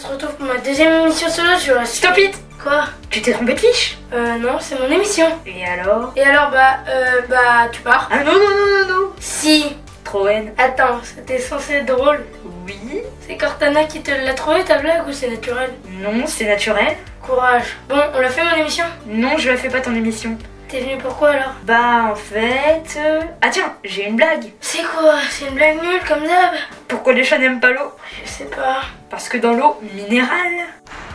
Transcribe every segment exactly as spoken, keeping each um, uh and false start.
se retrouve pour ma deuxième émission solo sur la... Stop it! Quoi? Tu t'es trompé de fiche? Euh non, c'est mon émission. Et alors? Et alors bah, euh, bah tu pars. Ah non, non, non, non, non! Si. Trop haine. Attends, c'était censé être drôle. Oui? C'est Cortana qui te l'a trouvé ta blague ou c'est naturel? Non, c'est naturel. Courage. Bon, on l'a fait mon émission? Non, je la fais pas ton émission. T'es venu pourquoi alors? Bah en fait... euh, Ah tiens, j'ai une blague. C'est quoi? C'est une blague nulle comme d'hab? Pourquoi les chats n'aiment pas l'eau? Je sais pas. Parce que dans l'eau minérale...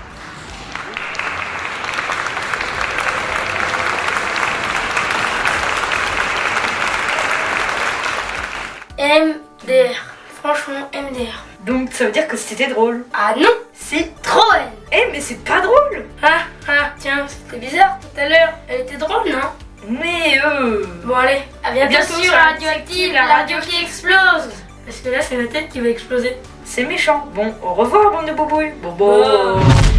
M D R. Franchement, M D R. Donc ça veut dire que c'était drôle. Ah non, Si. trop haine. Eh mais c'est pas drôle. Ah, ah, tiens, c'était bizarre tout à l'heure. Elle était drôle, non? Mais euh... Bon allez, à bientôt, bientôt sur sur Radioactive, la radio qui explose. Parce que là, c'est ma tête qui va exploser. c'est méchant. Bon, au revoir bande de boubouilles. Bobo. Bon.